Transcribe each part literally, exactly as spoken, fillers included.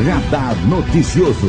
Radar Noticioso.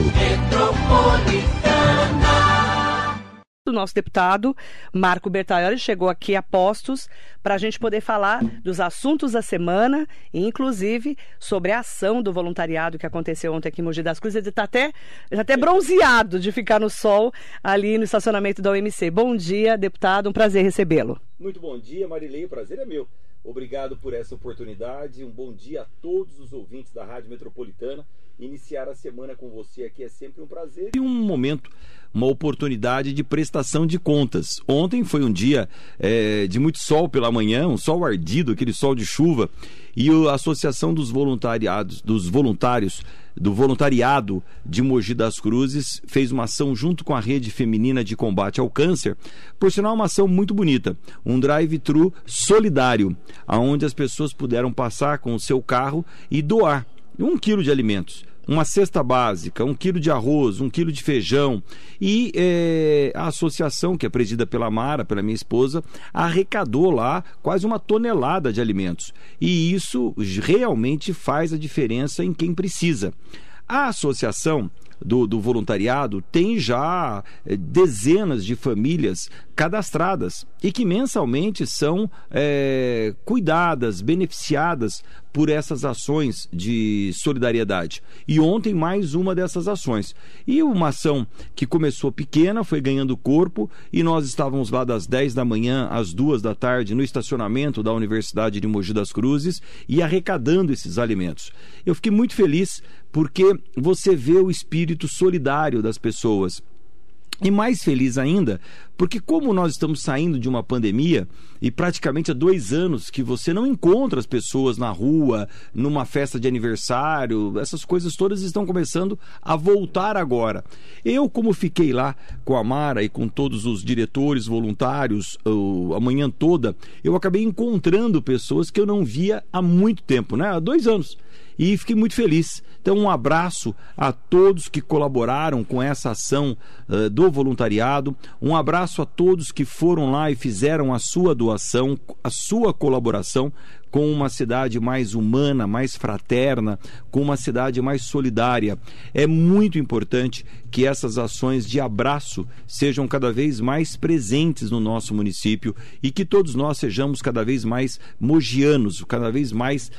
O nosso deputado Marco Bertaioli chegou aqui a postos para a gente poder falar dos assuntos da semana, inclusive sobre a ação do voluntariado que aconteceu ontem aqui em Mogi das Cruzes. Ele está até, já até bronzeado de ficar no sol ali no estacionamento da U M C. Bom dia, deputado, um prazer recebê-lo. Muito bom dia, Marilei, o prazer é meu. Obrigado por essa oportunidade, um bom dia a todos os ouvintes da Rádio Metropolitana. Iniciar a semana com você aqui é sempre um prazer e um momento, uma oportunidade de prestação de contas. Ontem foi um dia é, de muito sol pela manhã, um sol ardido, aquele sol de chuva, e a Associação dos Voluntariados, dos Voluntários, do Voluntariado de Mogi das Cruzes fez uma ação junto com a Rede Feminina de Combate ao Câncer, por sinal uma ação muito bonita, um drive-thru solidário, onde as pessoas puderam passar com o seu carro e doar um quilo de alimentos, uma cesta básica, um quilo de arroz, um quilo de feijão. E é, a associação, que é presidida pela Mara, pela minha esposa, arrecadou lá quase uma tonelada de alimentos. E isso realmente faz a diferença em quem precisa. A associação do, do voluntariado tem já é, dezenas de famílias cadastradas e que mensalmente são é, cuidadas, beneficiadas por essas ações de solidariedade. E ontem mais uma dessas ações. E uma ação que começou pequena, foi ganhando corpo, e nós estávamos lá das dez da manhã às duas da tarde no estacionamento da Universidade de Mogi das Cruzes e arrecadando esses alimentos. Eu fiquei muito feliz porque você vê o espírito solidário das pessoas. E mais feliz ainda, porque como nós estamos saindo de uma pandemia e praticamente há dois anos que você não encontra as pessoas na rua, numa festa de aniversário, essas coisas todas estão começando a voltar agora. Eu, como fiquei lá com a Mara e com todos os diretores voluntários uh, a manhã toda, eu acabei encontrando pessoas que eu não via há muito tempo, né? Há dois anos. E fiquei muito feliz. Então, um abraço a todos que colaboraram com essa ação uh, do voluntariado. Um abraço a todos que foram lá e fizeram a sua doação, a sua colaboração com uma cidade mais humana, mais fraterna, com uma cidade mais solidária. É muito importante que essas ações de abraço sejam cada vez mais presentes no nosso município e que todos nós sejamos cada vez mais mogianos, cada vez mais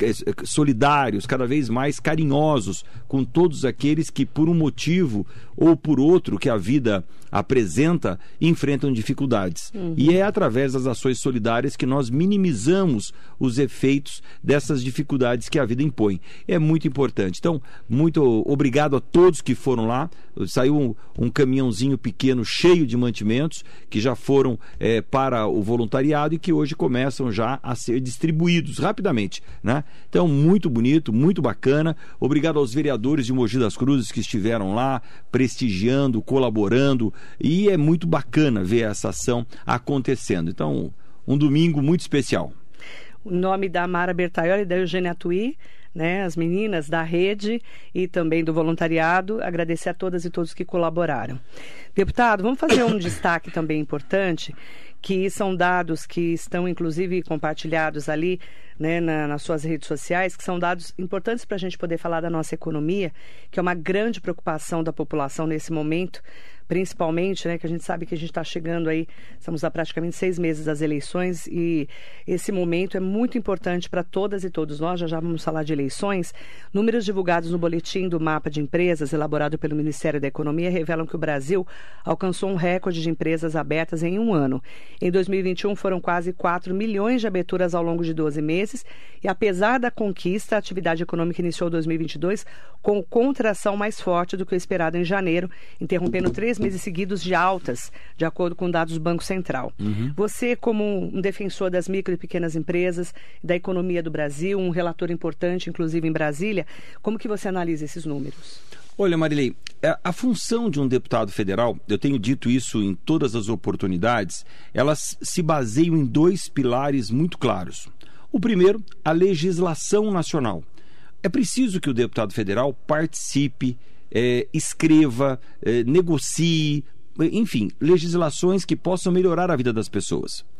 solidários, cada vez mais carinhosos com todos aqueles que, por um motivo ou por outro que a vida apresenta, enfrentam dificuldades. Uhum. E é através das ações solidárias que nós minimizamos os efeitos dessas dificuldades que a vida impõe. É muito importante. Então, muito obrigado a todos que foram lá. Saiu um, um caminhãozinho pequeno cheio de mantimentos que já foram é, para o voluntariado e que hoje começam já a ser distribuídos rapidamente, né? Então, muito bonito, muito bacana. Obrigado aos vereadores de Mogi das Cruzes que estiveram lá prestigiando, colaborando, e é muito bacana ver essa ação acontecendo. Então, um domingo muito especial. O nome da Mara Bertaioli e da Eugênia Tui, né, as meninas da rede e também do voluntariado, agradecer a todas e todos que colaboraram. Deputado, vamos fazer um destaque também importante, que são dados que estão inclusive compartilhados ali, né, na, nas suas redes sociais, que são dados importantes para a gente poder falar da nossa economia, que é uma grande preocupação da população nesse momento, principalmente, né, que a gente sabe que a gente está chegando aí, estamos há praticamente seis meses das eleições e esse momento é muito importante para todas e todos nós. Já já vamos falar de eleições. Números divulgados no boletim do mapa de empresas elaborado pelo Ministério da Economia revelam que o Brasil alcançou um recorde de empresas abertas em um ano. Em dois mil e vinte e um foram quase quatro milhões de aberturas ao longo de doze meses e apesar da conquista, a atividade econômica iniciou dois mil e vinte e dois com contração mais forte do que o esperado em janeiro, interrompendo três meses seguidos de altas, de acordo com dados do Banco Central. Uhum. Você, como um defensor das micro e pequenas empresas, da economia do Brasil, um relator importante, inclusive em Brasília, como que você analisa esses números? Olha, Marilei, a função de um deputado federal, eu tenho dito isso em todas as oportunidades, elas se baseiam em dois pilares muito claros. O primeiro, a legislação nacional. É preciso que o deputado federal participe, É, escreva, é, negocie, enfim, legislações que possam melhorar a vida das pessoas.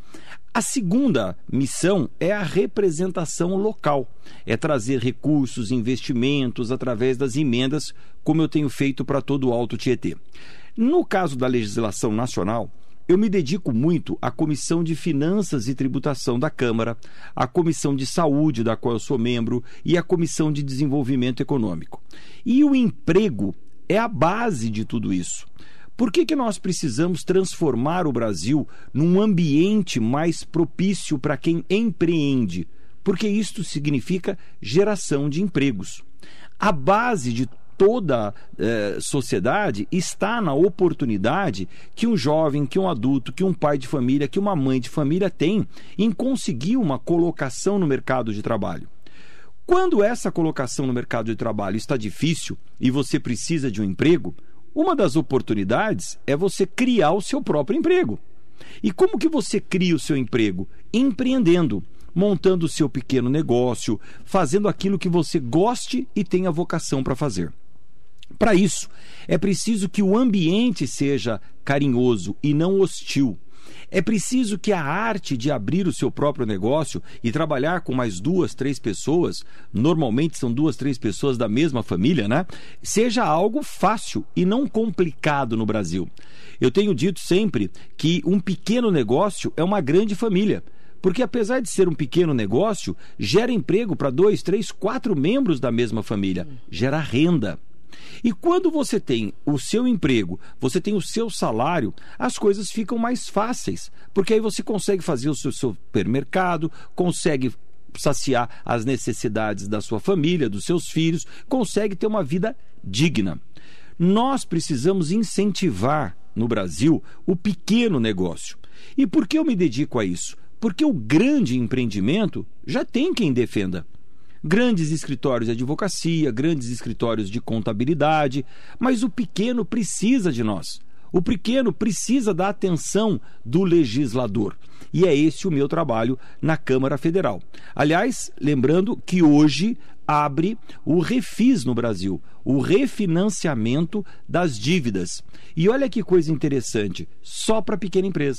A segunda missão é a representação local, é trazer recursos, investimentos através das emendas, como eu tenho feito para todo o Alto Tietê. No caso da legislação nacional, eu me dedico muito à Comissão de Finanças e Tributação da Câmara, à Comissão de Saúde, da qual eu sou membro, e à Comissão de Desenvolvimento Econômico. E o emprego é a base de tudo isso. Por que que nós precisamos transformar o Brasil num ambiente mais propício para quem empreende? Porque isto significa geração de empregos. A base de toda eh, sociedade está na oportunidade que um jovem, que um adulto, que um pai de família, que uma mãe de família tem em conseguir uma colocação no mercado de trabalho. Quando essa colocação no mercado de trabalho está difícil e você precisa de um emprego, uma das oportunidades é você criar o seu próprio emprego. E como que você cria o seu emprego? Empreendendo, montando o seu pequeno negócio, fazendo aquilo que você goste e tenha vocação para fazer. Para isso, é preciso que o ambiente seja carinhoso e não hostil. É preciso que a arte de abrir o seu próprio negócio e trabalhar com mais duas, três pessoas, normalmente são duas, três pessoas da mesma família, né? Seja algo fácil e não complicado no Brasil. Eu tenho dito sempre que um pequeno negócio é uma grande família. Porque apesar de ser um pequeno negócio, gera emprego para dois, três, quatro membros da mesma família. Gera renda. E quando você tem o seu emprego, você tem o seu salário, as coisas ficam mais fáceis, porque aí você consegue fazer o seu supermercado, consegue saciar as necessidades da sua família, dos seus filhos, consegue ter uma vida digna. Nós precisamos incentivar no Brasil o pequeno negócio. E por que eu me dedico a isso? Porque o grande empreendimento já tem quem defenda. Grandes escritórios de advocacia, grandes escritórios de contabilidade, mas o pequeno precisa de nós. O pequeno precisa da atenção do legislador. E é esse o meu trabalho na Câmara Federal. Aliás, lembrando que hoje abre o Refis no Brasil, o refinanciamento das dívidas. E olha que coisa interessante, só para pequena empresa.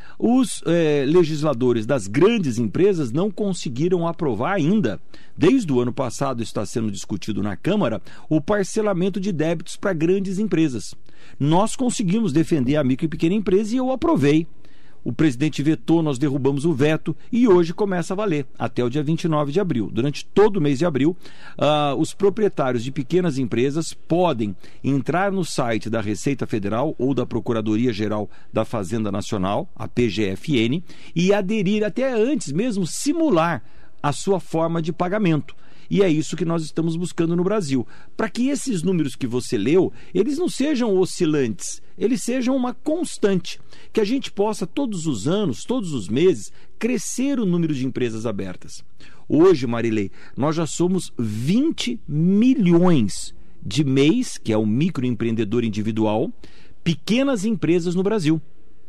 Os eh, legisladores das grandes empresas não conseguiram aprovar ainda, desde o ano passado está sendo discutido na Câmara, o parcelamento de débitos para grandes empresas. Nós conseguimos defender a micro e pequena empresa e eu aprovei. O presidente vetou, nós derrubamos o veto e hoje começa a valer, até o dia vinte e nove de abril. Durante todo o mês de abril, uh, os proprietários de pequenas empresas podem entrar no site da Receita Federal ou da Procuradoria-Geral da Fazenda Nacional, a P G F N, e aderir, até antes mesmo, simular a sua forma de pagamento. E é isso que nós estamos buscando no Brasil. Para que esses números que você leu, eles não sejam oscilantes, eles sejam uma constante. Que a gente possa, todos os anos, todos os meses, crescer o número de empresas abertas. Hoje, Marilei, nós já somos vinte milhões de M E Is, que é o microempreendedor individual, pequenas empresas no Brasil.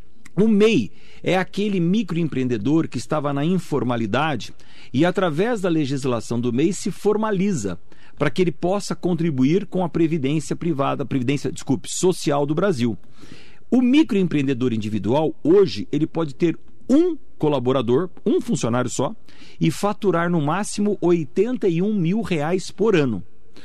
O M E I é aquele microempreendedor que estava na informalidade e, através da legislação do M E I, se formaliza para que ele possa contribuir com a previdência privada, previdência, desculpe, social do Brasil. O microempreendedor individual, hoje, ele pode ter um colaborador, um funcionário só, e faturar no máximo oitenta e um mil reais por ano.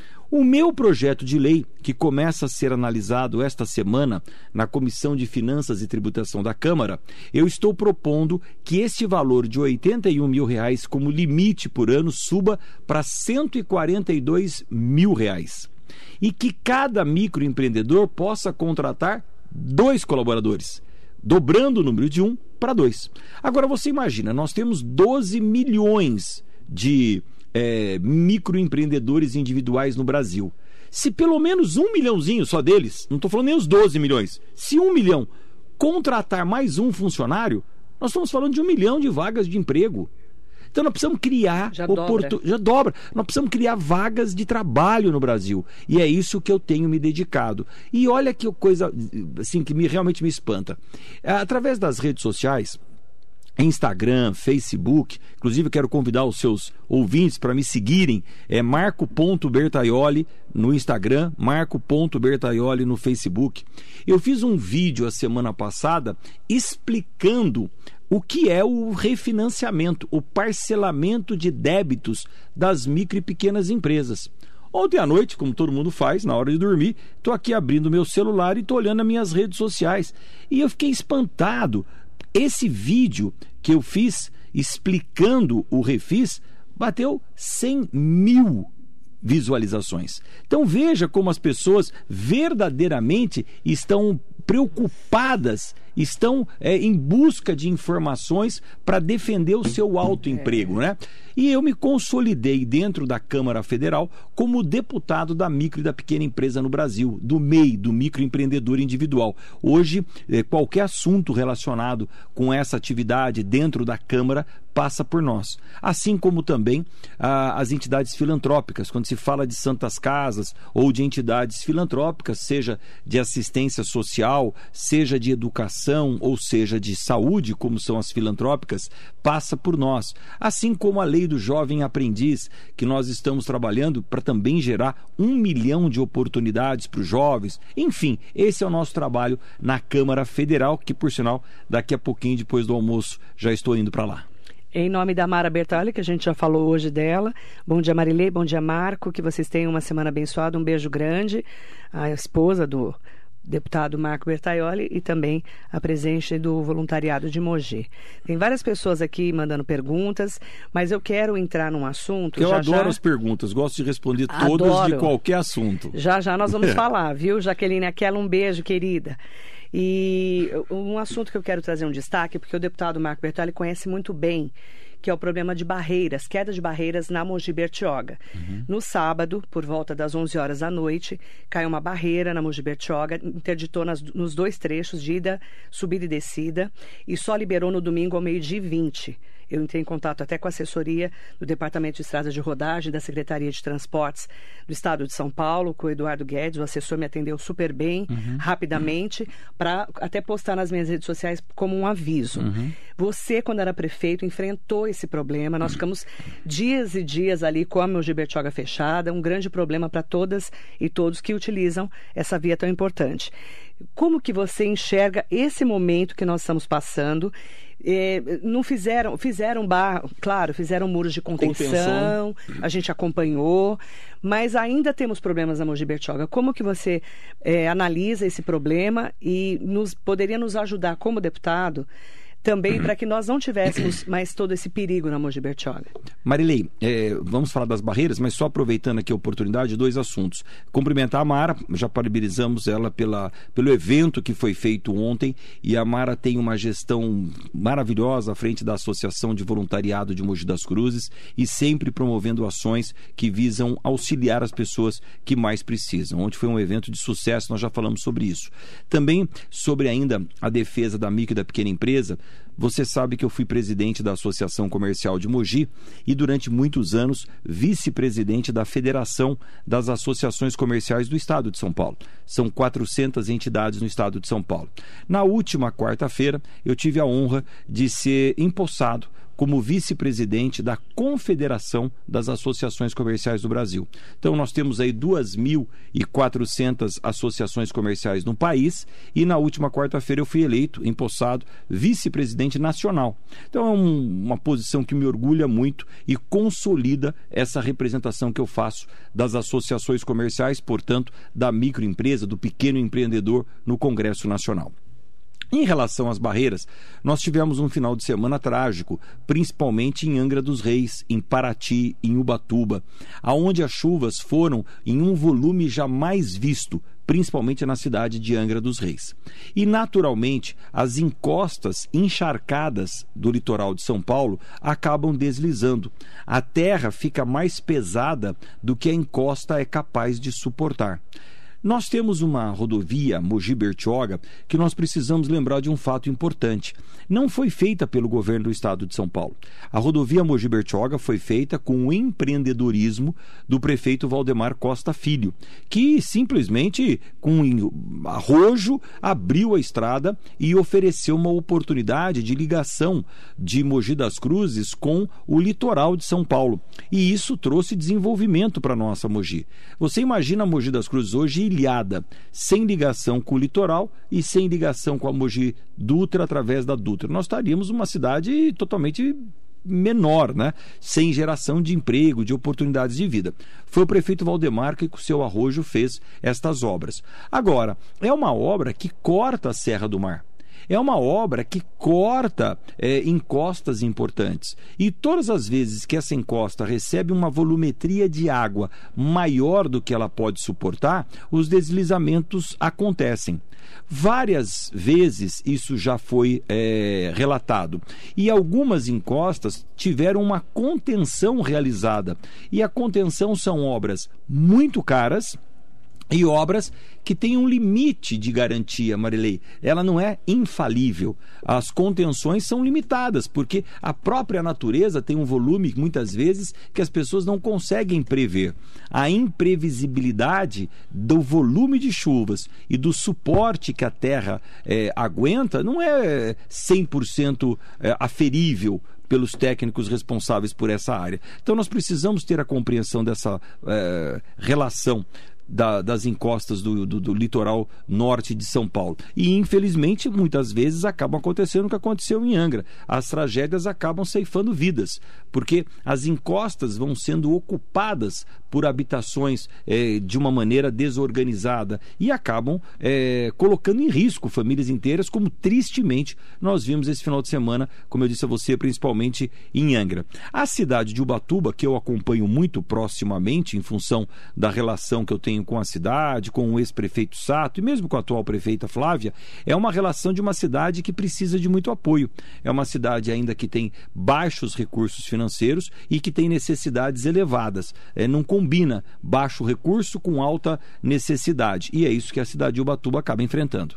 O meu projeto de lei, que começa a ser analisado esta semana na Comissão de Finanças e Tributação da Câmara, eu estou propondo que este valor de oitenta e um mil reais como limite por ano suba para cento e quarenta e dois mil reais. E que cada microempreendedor possa contratar dois colaboradores, dobrando o número de um para dois. Agora você imagina, nós temos doze milhões de É, microempreendedores individuais no Brasil. Se pelo menos um milhãozinho só deles, não estou falando nem os doze milhões, se um milhão contratar mais um funcionário, nós estamos falando de um milhão de vagas de emprego. Então nós precisamos criar já, oportun... dobra. já dobra. Nós precisamos criar vagas de trabalho no Brasil. E é isso que eu tenho me dedicado. E olha que coisa assim, que me, realmente me espanta. Através das redes sociais, Instagram, Facebook, inclusive eu quero convidar os seus ouvintes para me seguirem, é marco ponto bertaioli no Instagram, marco ponto bertaioli no Facebook. Eu fiz um vídeo a semana passada explicando o que é o refinanciamento, o parcelamento de débitos das micro e pequenas empresas. Ontem à noite, como todo mundo faz, na hora de dormir, estou aqui abrindo meu celular e estou olhando as minhas redes sociais. E eu fiquei espantado. Esse vídeo que eu fiz explicando o Refis bateu cem mil visualizações. Então veja como as pessoas verdadeiramente estão preocupadas, estão é, em busca de informações para defender o seu autoemprego, né? E eu me consolidei dentro da Câmara Federal como deputado da micro e da pequena empresa no Brasil, do M E I, do microempreendedor individual. Hoje, eh, qualquer assunto relacionado com essa atividade dentro da Câmara passa por nós. Assim como também ah, as entidades filantrópicas, quando se fala de santas casas ou de entidades filantrópicas, seja de assistência social, seja de educação ou seja de saúde, como são as filantrópicas, passa por nós. Assim como a lei do jovem aprendiz, que nós estamos trabalhando para também gerar um milhão de oportunidades para os jovens. Enfim, esse é o nosso trabalho na Câmara Federal, que por sinal, daqui a pouquinho, depois do almoço, já estou indo para lá. Em nome da Mara Bertoli, que a gente já falou hoje dela. Bom dia, Marilei. Bom dia, Marco. Que vocês tenham uma semana abençoada. Um beijo grande. A esposa do deputado Marco Bertaioli e também a presidente do voluntariado de Mogi. Tem várias pessoas aqui mandando perguntas, mas eu quero entrar num assunto... Eu já, adoro já... as perguntas, gosto de responder todas adoro. De qualquer assunto. Já, já nós vamos falar, viu? Jaqueline, aquela, um beijo, querida. E um assunto que eu quero trazer um destaque, porque o deputado Marco Bertoli conhece muito bem, que é o problema de barreiras, queda de barreiras na Mogi Bertioga. Uhum. No sábado, por volta das onze horas da noite, caiu uma barreira na Mogi Bertioga, interditou nas, nos dois trechos de ida, subida e descida, e só liberou no domingo ao meio-dia e vinte. Eu entrei em contato até com a assessoria do Departamento de Estradas de Rodagem da Secretaria de Transportes do Estado de São Paulo, com o Eduardo Guedes. O assessor me atendeu super bem, uhum. rapidamente, para até postar nas minhas redes sociais como um aviso. Uhum. Você, quando era prefeito, enfrentou esse problema. Nós ficamos dias e dias ali com a Mogi Bertioga fechada, um grande problema para todas e todos que utilizam essa via tão importante. Como que você enxerga esse momento que nós estamos passando? É, não fizeram, fizeram bar, claro, fizeram muros de contenção, contenção, a gente acompanhou, mas ainda temos problemas na Mogi Bertioga. Como que você é, analisa esse problema e nos, poderia nos ajudar como deputado também para que nós não tivéssemos mais todo esse perigo na Mogi Bertioga? Marilei, é, vamos falar das barreiras, mas só aproveitando aqui a oportunidade, dois assuntos. Cumprimentar a Mara, já parabenizamos ela pela, pelo evento que foi feito ontem, e a Mara tem uma gestão maravilhosa à frente da Associação de Voluntariado de Mogi das Cruzes e sempre promovendo ações que visam auxiliar as pessoas que mais precisam. Ontem foi um evento de sucesso, nós já falamos sobre isso. Também sobre ainda a defesa da micro e da pequena empresa. Você sabe que eu fui presidente da Associação Comercial de Mogi e durante muitos anos vice-presidente da Federação das Associações Comerciais do Estado de São Paulo. São quatrocentas entidades no Estado de São Paulo. Na última quarta-feira, eu tive a honra de ser empossado como vice-presidente da Confederação das Associações Comerciais do Brasil. Então, nós temos aí duas mil e quatrocentas associações comerciais no país e na última quarta-feira eu fui eleito, empossado, vice-presidente nacional. Então, é um, uma posição que me orgulha muito e consolida essa representação que eu faço das associações comerciais, portanto, da microempresa, do pequeno empreendedor no Congresso Nacional. Em relação às barreiras, nós tivemos um final de semana trágico, principalmente em Angra dos Reis, em Paraty, em Ubatuba, aonde as chuvas foram em um volume jamais visto, principalmente na cidade de Angra dos Reis. E, naturalmente, as encostas encharcadas do litoral de São Paulo acabam deslizando. A terra fica mais pesada do que a encosta é capaz de suportar. Nós temos uma rodovia Mogi Bertioga que nós precisamos lembrar de um fato importante. Não foi feita pelo governo do estado de São Paulo. A rodovia Mogi Bertioga foi feita com o empreendedorismo do prefeito Valdemar Costa Filho, que simplesmente, com arrojo, abriu a estrada e ofereceu uma oportunidade de ligação de Mogi das Cruzes com o litoral de São Paulo. E isso trouxe desenvolvimento para a nossa Mogi. Você imagina a Mogi das Cruzes hoje ilhada, sem ligação com o litoral e sem ligação com a Mogi Dutra através da Dutra. Nós estaríamos uma cidade totalmente menor, né? Sem geração de emprego, de oportunidades de vida. Foi o prefeito Valdemar que com o seu arrojo fez estas obras. Agora, é uma obra que corta a Serra do Mar. É uma obra que corta é, encostas importantes. E todas as vezes que essa encosta recebe uma volumetria de água maior do que ela pode suportar, os deslizamentos acontecem. Várias vezes isso já foi é, relatado. E algumas encostas tiveram uma contenção realizada. E a contenção são obras muito caras e obras que têm um limite de garantia, Marilei. Ela não é infalível. As contenções são limitadas, porque a própria natureza tem um volume, muitas vezes, que as pessoas não conseguem prever. A imprevisibilidade do volume de chuvas e do suporte que a terra é, aguenta não é cem por cento é, aferível pelos técnicos responsáveis por essa área. Então nós precisamos ter a compreensão dessa é, relação Da, das encostas do, do, do litoral norte de São Paulo. E, infelizmente, muitas vezes acabam acontecendo o que aconteceu em Angra. As tragédias acabam ceifando vidas, porque as encostas vão sendo ocupadas por habitações é, de uma maneira desorganizada e acabam é, colocando em risco famílias inteiras, como tristemente nós vimos esse final de semana, como eu disse a você, principalmente em Angra. A cidade de Ubatuba, que eu acompanho muito proximamente em função da relação que eu tenho com a cidade, com o ex-prefeito Sato e mesmo com a atual prefeita Flávia, é uma relação de uma cidade que precisa de muito apoio. É uma cidade ainda que tem baixos recursos financeiros e que tem necessidades elevadas. É, não combina baixo recurso com alta necessidade. E é isso que a cidade de Ubatuba acaba enfrentando.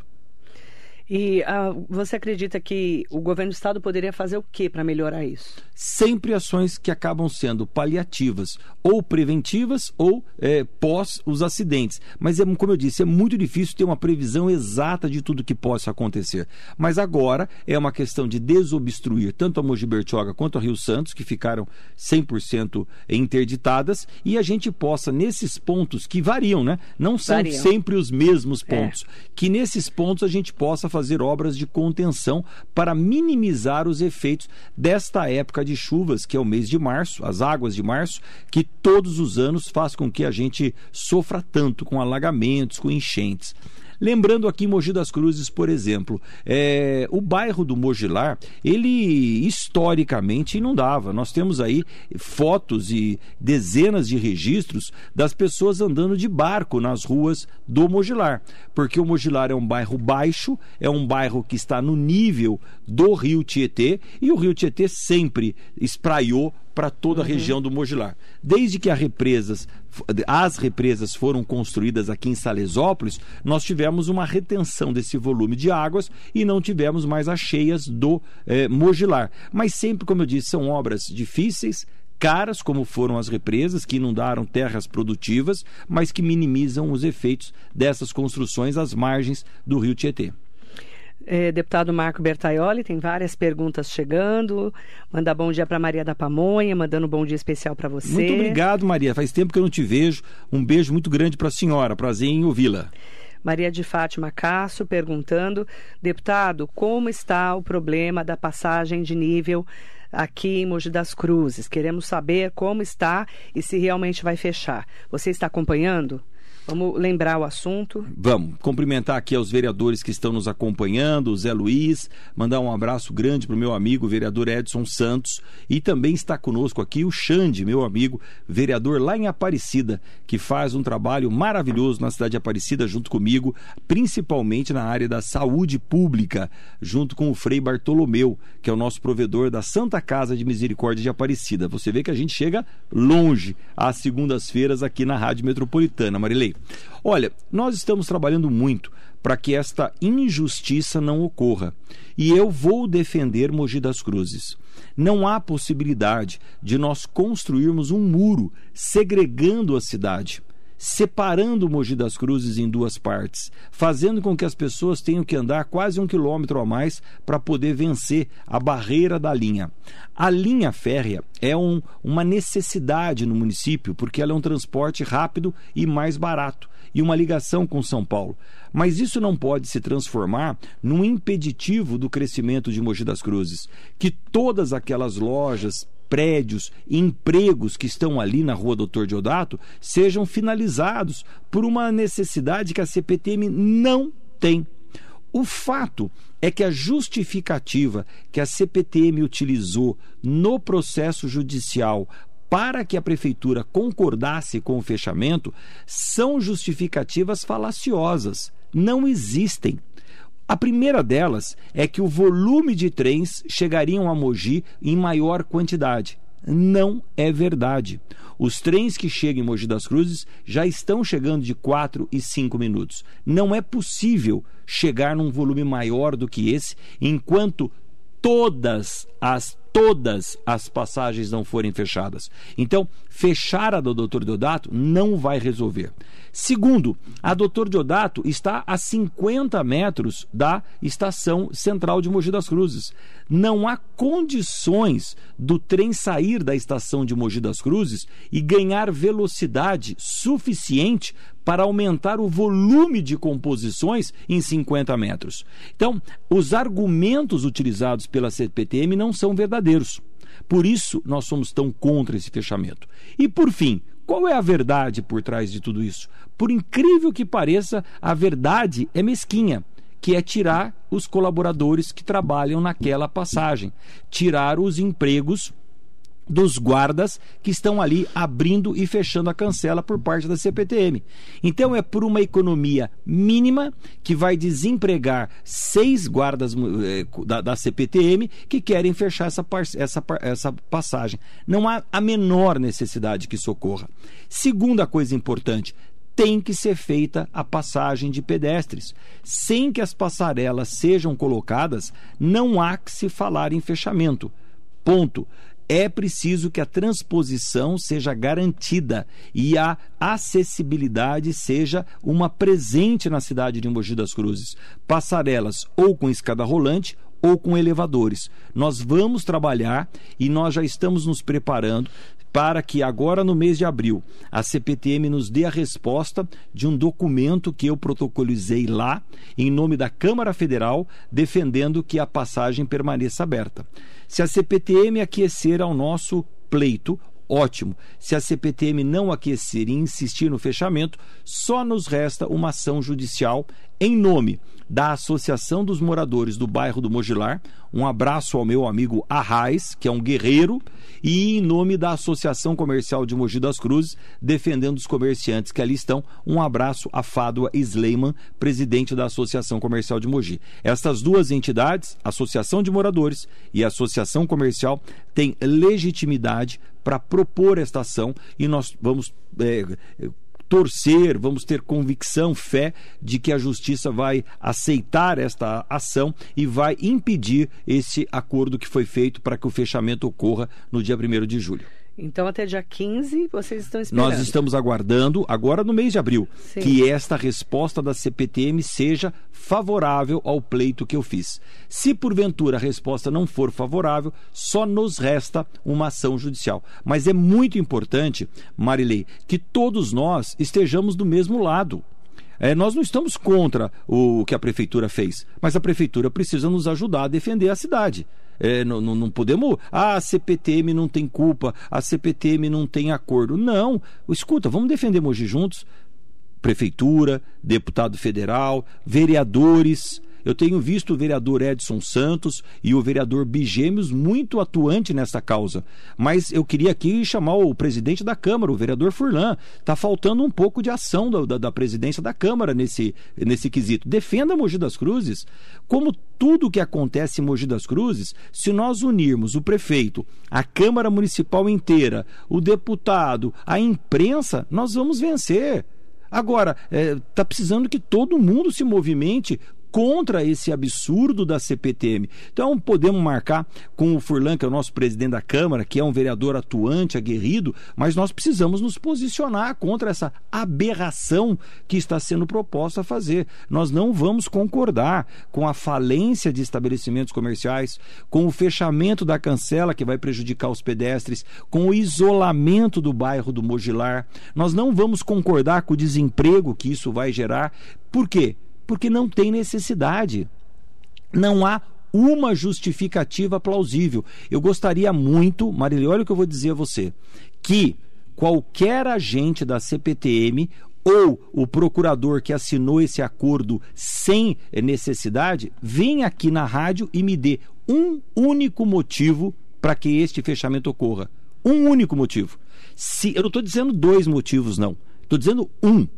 E uh, você acredita que o governo do estado poderia fazer o que para melhorar isso? Sempre ações que acabam sendo paliativas, ou preventivas, ou é, pós os acidentes. Mas, é, como eu disse, é muito difícil ter uma previsão exata de tudo que possa acontecer. Mas agora é uma questão de desobstruir tanto a Mogi Bertioga quanto a Rio Santos, que ficaram cem por cento interditadas, e a gente possa, nesses pontos que variam, né? Não são variam. sempre os mesmos pontos. É. Que nesses pontos a gente possa fazer obras de contenção para minimizar os efeitos desta época de chuvas, que é o mês de março, as águas de março, que todos os anos faz com que a gente sofra tanto com alagamentos, com enchentes. Lembrando aqui Mogi das Cruzes, por exemplo, é, o bairro do Mogilar, ele historicamente inundava. Nós temos aí fotos e dezenas de registros das pessoas andando de barco nas ruas do Mogilar, porque o Mogilar é um bairro baixo, é um bairro que está no nível do Rio Tietê, e o Rio Tietê sempre espraiou para toda a uhum. região do Mogilar. Desde que as represas, as represas foram construídas aqui em Salesópolis, nós tivemos uma retenção desse volume de águas e não tivemos mais as cheias do eh, Mogilar. Mas sempre, como eu disse, são obras difíceis, caras, como foram as represas, que inundaram terras produtivas, mas que minimizam os efeitos dessas construções às margens do Rio Tietê. É, deputado Marco Bertaioli, tem várias perguntas chegando. Manda bom dia para Maria da Pamonha, mandando um bom dia especial para você. Muito obrigado, Maria. Faz tempo que eu não te vejo. Um beijo muito grande para a senhora. Prazer em ouvi-la. Maria de Fátima Castro perguntando: deputado, como está o problema da passagem de nível aqui em Mogi das Cruzes? Queremos saber como está e se realmente vai fechar. Você está acompanhando? Vamos lembrar o assunto. Vamos cumprimentar aqui aos vereadores que estão nos acompanhando, o Zé Luiz, mandar um abraço grande para o meu amigo, vereador Edson Santos, e também está conosco aqui o Xande, meu amigo, vereador lá em Aparecida, que faz um trabalho maravilhoso na cidade de Aparecida junto comigo, principalmente na área da saúde pública, junto com o Frei Bartolomeu, que é o nosso provedor da Santa Casa de Misericórdia de Aparecida. Você vê que a gente chega longe às segundas-feiras aqui na Rádio Metropolitana, Marilei. Olha, nós estamos trabalhando muito para que esta injustiça não ocorra. E eu vou defender Mogi das Cruzes. Não há possibilidade de nós construirmos um muro segregando a cidade, separando Mogi das Cruzes em duas partes, fazendo com que as pessoas tenham que andar quase um quilômetro a mais para poder vencer a barreira da linha. A linha férrea é um, uma necessidade no município, porque ela é um transporte rápido e mais barato. e uma ligação com São Paulo. Mas isso não pode se transformar num impeditivo do crescimento de Mogi das Cruzes. Que todas aquelas lojas, prédios e empregos que estão ali na rua doutor Deodato sejam finalizados por uma necessidade que a C P T M não tem. O fato é que a justificativa que a C P T M utilizou no processo judicial para que a prefeitura concordasse com o fechamento são justificativas falaciosas. Não existem. A primeira delas é que o volume de trens chegariam a Mogi em maior quantidade. Não é verdade. Os trens que chegam em Mogi das Cruzes já estão chegando de quatro e cinco minutos. Não é possível chegar num volume maior do que esse enquanto todas as todas as passagens não forem fechadas. Então, fechar a do doutor Deodato não vai resolver. Segundo, a doutor Deodato está a cinquenta metros da estação central de Mogi das Cruzes. Não há condições do trem sair da estação de Mogi das Cruzes e ganhar velocidade suficiente para aumentar o volume de composições em cinquenta metros. Então, os argumentos utilizados pela C P T M não são verdadeiros. Por isso, nós somos tão contra esse fechamento. E, por fim, qual é a verdade por trás de tudo isso? Por incrível que pareça, a verdade é mesquinha, que é tirar os colaboradores que trabalham naquela passagem, tirar os empregos dos guardas que estão ali abrindo e fechando a cancela por parte da C P T M. Então é por uma economia mínima que vai desempregar seis guardas eh, da, da C P T M que querem fechar essa, essa, essa passagem. Não há a menor necessidade que isso ocorra. Segunda coisa importante, tem que ser feita a passagem de pedestres. Sem que as passarelas sejam colocadas, não há que se falar em fechamento. Ponto. É preciso que a transposição seja garantida e a acessibilidade seja uma presente na cidade de Mogi das Cruzes. Passarelas ou com escada rolante ou com elevadores. Nós vamos trabalhar e nós já estamos nos preparando para que agora no mês de abril a C P T M nos dê a resposta de um documento que eu protocolizei lá em nome da Câmara Federal defendendo que a passagem permaneça aberta. Se a C P T M aquecer ao nosso pleito, ótimo. Se a C P T M não aquecer e insistir no fechamento, só nos resta uma ação judicial em nome da Associação dos Moradores do Bairro do Mogilar. Um abraço ao meu amigo Arraiz, que é um guerreiro, e em nome da Associação Comercial de Mogi das Cruzes, defendendo os comerciantes que ali estão. Um abraço a Fádua Sleiman, presidente da Associação Comercial de Mogi. Estas duas entidades, Associação de Moradores e Associação Comercial, têm legitimidade para propor esta ação e nós vamos é, torcer, vamos ter convicção, fé de que a Justiça vai aceitar esta ação e vai impedir esse acordo que foi feito para que o fechamento ocorra no dia primeiro de julho. Então, até dia quinze, vocês estão esperando? Nós estamos aguardando, agora no mês de abril, Sim. que esta resposta da C P T M seja favorável ao pleito que eu fiz. Se, porventura, a resposta não for favorável, só nos resta uma ação judicial. Mas é muito importante, Marilei, que todos nós estejamos do mesmo lado. É, nós não estamos contra o que a Prefeitura fez, mas a Prefeitura precisa nos ajudar a defender a cidade. É, não, não, não podemos... Ah, a C P T M não tem culpa, a C P T M não tem acordo. Não. Escuta, vamos defender Mogi juntos. Prefeitura, deputado federal, vereadores... Eu tenho visto o vereador Edson Santos e o vereador Bigêmeos muito atuante nessa causa. Mas eu queria aqui chamar o presidente da Câmara, o vereador Furlan. Está faltando um pouco de ação da, da, da presidência da Câmara nesse, nesse quesito. Defenda Mogi das Cruzes. Como tudo que acontece em Mogi das Cruzes, se nós unirmos o prefeito, a Câmara Municipal inteira, o deputado, a imprensa, nós vamos vencer. Agora, está é, precisando que todo mundo se movimente contra esse absurdo da C P T M. Então podemos marcar com o Furlan, que é o nosso presidente da Câmara, que é um vereador atuante, aguerrido, mas nós precisamos nos posicionar contra essa aberração que está sendo proposta a fazer. Nós não vamos concordar com a falência de estabelecimentos comerciais, com o fechamento da cancela que vai prejudicar os pedestres, com o isolamento do bairro do Mogilar. Nós não vamos concordar com o desemprego que isso vai gerar. Por quê? Porque não tem necessidade. Não há uma justificativa plausível. Eu gostaria muito, Marília, olha o que eu vou dizer a você, que qualquer agente da C P T M ou o procurador que assinou esse acordo sem necessidade, venha aqui na rádio e me dê um único motivo para que este fechamento ocorra. Um único motivo. Se, eu não estou dizendo dois motivos, não. Estou dizendo um.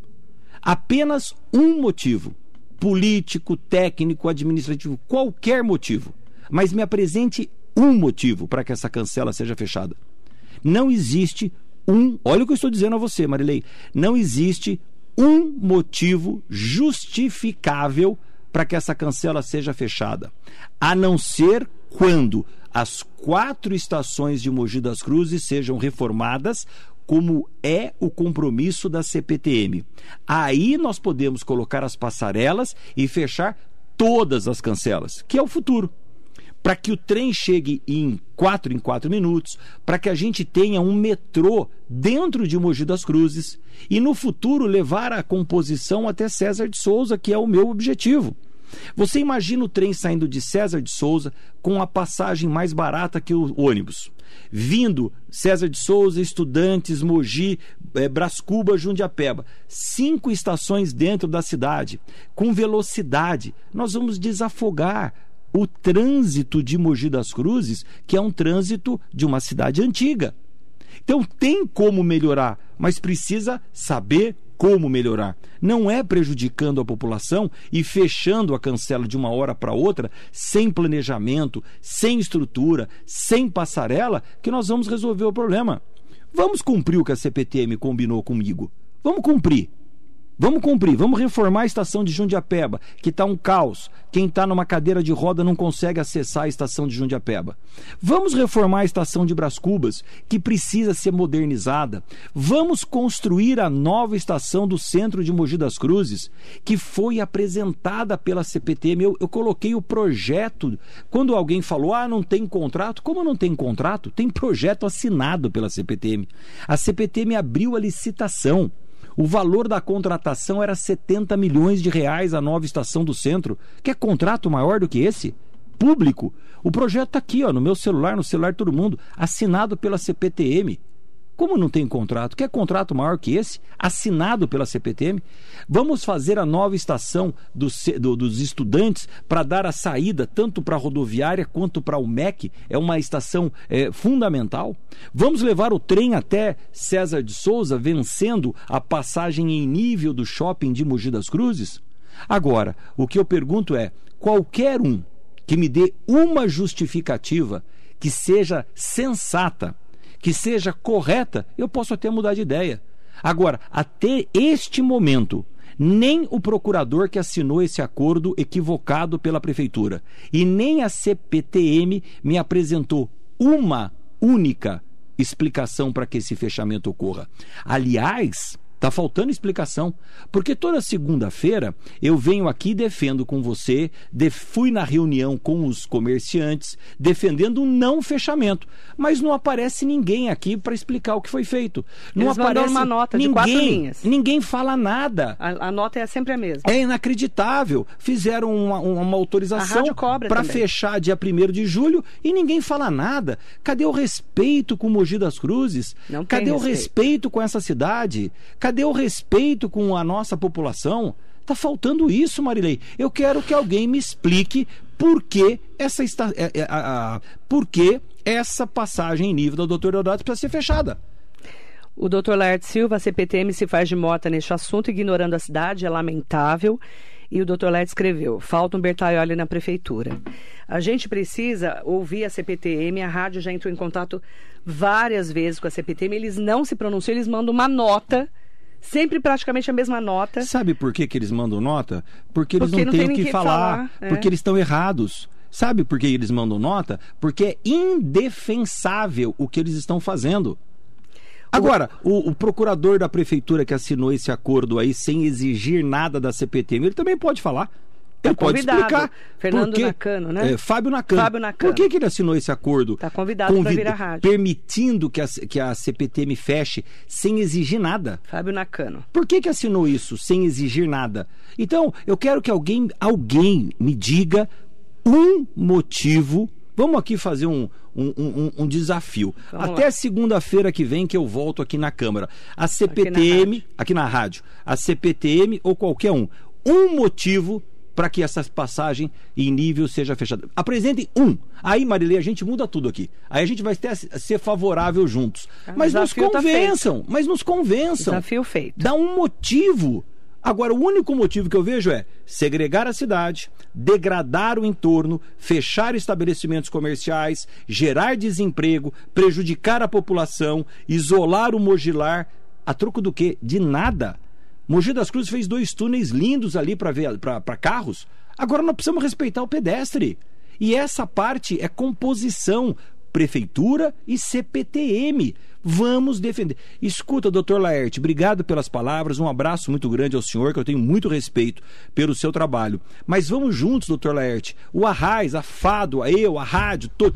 Apenas um motivo. Político, técnico, administrativo, qualquer motivo. Mas me apresente um motivo para que essa cancela seja fechada. Não existe um... Olha o que eu estou dizendo a você, Marilei. Não existe um motivo justificável para que essa cancela seja fechada. A não ser quando as quatro estações de Mogi das Cruzes sejam reformadas, como é o compromisso da C P T M. Aí nós podemos colocar as passarelas e fechar todas as cancelas, que é o futuro. Para que o trem chegue em quatro em quatro minutos, para que a gente tenha um metrô dentro de Mogi das Cruzes e no futuro levar a composição até César de Souza, que é o meu objetivo. Você imagina o trem saindo de César de Souza com a passagem mais barata que o ônibus. Vindo César de Souza, Estudantes, Mogi, é, Brás Cubas, Jundiapeba. Cinco estações dentro da cidade, com velocidade. Nós vamos desafogar o trânsito de Mogi das Cruzes, que é um trânsito de uma cidade antiga. Então tem como melhorar, mas precisa saber como melhorar. Não é prejudicando a população e fechando a cancela de uma hora para outra, sem planejamento, sem estrutura, sem passarela, que nós vamos resolver o problema. Vamos cumprir o que a C P T M combinou comigo. Vamos cumprir. Vamos cumprir, vamos reformar a estação de Jundiapeba, que está um caos. Quem está numa cadeira de roda não consegue acessar a estação de Jundiapeba. Vamos reformar a estação de Brás Cubas, que precisa ser modernizada. Vamos construir a nova estação do centro de Mogi das Cruzes, que foi apresentada pela C P T M. Eu, eu coloquei o projeto. Quando alguém falou, ah, não tem contrato. Como não tem contrato? Tem projeto assinado pela C P T M. A C P T M abriu a licitação. O valor da contratação era setenta milhões de reais a nova estação do centro. Quer contrato maior do que esse? Público. O projeto está aqui, ó, no meu celular, no celular de todo mundo, assinado pela C P T M. Como não tem contrato? Quer contrato maior que esse? Assinado pela C P T M? Vamos fazer a nova estação do, do, dos estudantes para dar a saída tanto para a rodoviária quanto para o M E C. É uma estação é, fundamental. Vamos levar o trem até César de Souza, vencendo a passagem em nível do shopping de Mogi das Cruzes? Agora, o que eu pergunto é, qualquer um que me dê uma justificativa que seja sensata, que seja correta, eu posso até mudar de ideia. Agora, até este momento, nem o procurador que assinou esse acordo equivocado pela prefeitura e nem a C P T M me apresentou uma única explicação para que esse fechamento ocorra. Aliás, está faltando explicação, porque toda segunda-feira eu venho aqui e defendo com você, de, fui na reunião com os comerciantes, defendendo um não fechamento, mas não aparece ninguém aqui para explicar o que foi feito. Não Eles aparece uma nota ninguém, de quatro linhas. Ninguém fala nada. A, a nota é sempre a mesma. É inacreditável. Fizeram uma, uma autorização para fechar dia primeiro de julho e ninguém fala nada. Cadê o respeito com Mogi das Cruzes? Não Cadê tem o respeito. respeito com essa cidade? Cadê o respeito com a nossa população? Está faltando isso, Marilei. Eu quero que alguém me explique por que essa, esta, é, é, a, a, por que essa passagem em nível da doutor Deodato precisa ser fechada. O doutor Laerte Silva, a C P T M se faz de morta neste assunto, ignorando a cidade, é lamentável. E o doutor Laerte escreveu, falta um Bertaioli na prefeitura. A gente precisa ouvir a C P T M, a rádio já entrou em contato várias vezes com a C P T M, eles não se pronunciam, eles mandam uma nota Sempre praticamente a mesma nota. Sabe por que, que eles mandam nota? Porque eles Porque não, não têm tem o que ninguém falar, falar, é. porque eles estão errados. Sabe por que eles mandam nota? Porque é indefensável o que eles estão fazendo. Agora, o, o procurador da prefeitura que assinou esse acordo aí sem exigir nada da C P T M, ele também pode falar. Ele Tá pode convidado. explicar. Fernando porque, Nakano, né? É, Fábio Nakano. Fábio Nakano. Por que, que ele assinou esse acordo? Está convidado para vir à rádio. Permitindo que a, que a C P T M feche sem exigir nada. Fábio Nakano. Por que, que assinou isso sem exigir nada? Então, eu quero que alguém, alguém me diga um motivo. Vamos aqui fazer um, um, um, um desafio. Vamos Até lá. segunda-feira que vem que eu volto aqui na Câmara. A C P T Aqui M, na rádio. aqui na rádio, a C P T M ou qualquer um, um motivo para que essa passagem em nível seja fechada. Apresentem um. Aí, Marilei, a gente muda tudo aqui. Aí a gente vai ter, ser favorável juntos. Ah, mas nos desafio tá convençam, mas nos convençam. Desafio feito. Dá um motivo. Agora, o único motivo que eu vejo é segregar a cidade, degradar o entorno, fechar estabelecimentos comerciais, gerar desemprego, prejudicar a população, isolar o Mogilar. A troco do quê? De nada. Mogi das Cruzes fez dois túneis lindos ali para carros. Agora nós precisamos respeitar o pedestre. E essa parte é composição, prefeitura e C P T M. Vamos defender. Escuta, doutor Laerte, obrigado pelas palavras, um abraço muito grande ao senhor, que eu tenho muito respeito pelo seu trabalho. Mas vamos juntos, doutor Laerte, o Arraiz, a Fado, a eu, a rádio, todo,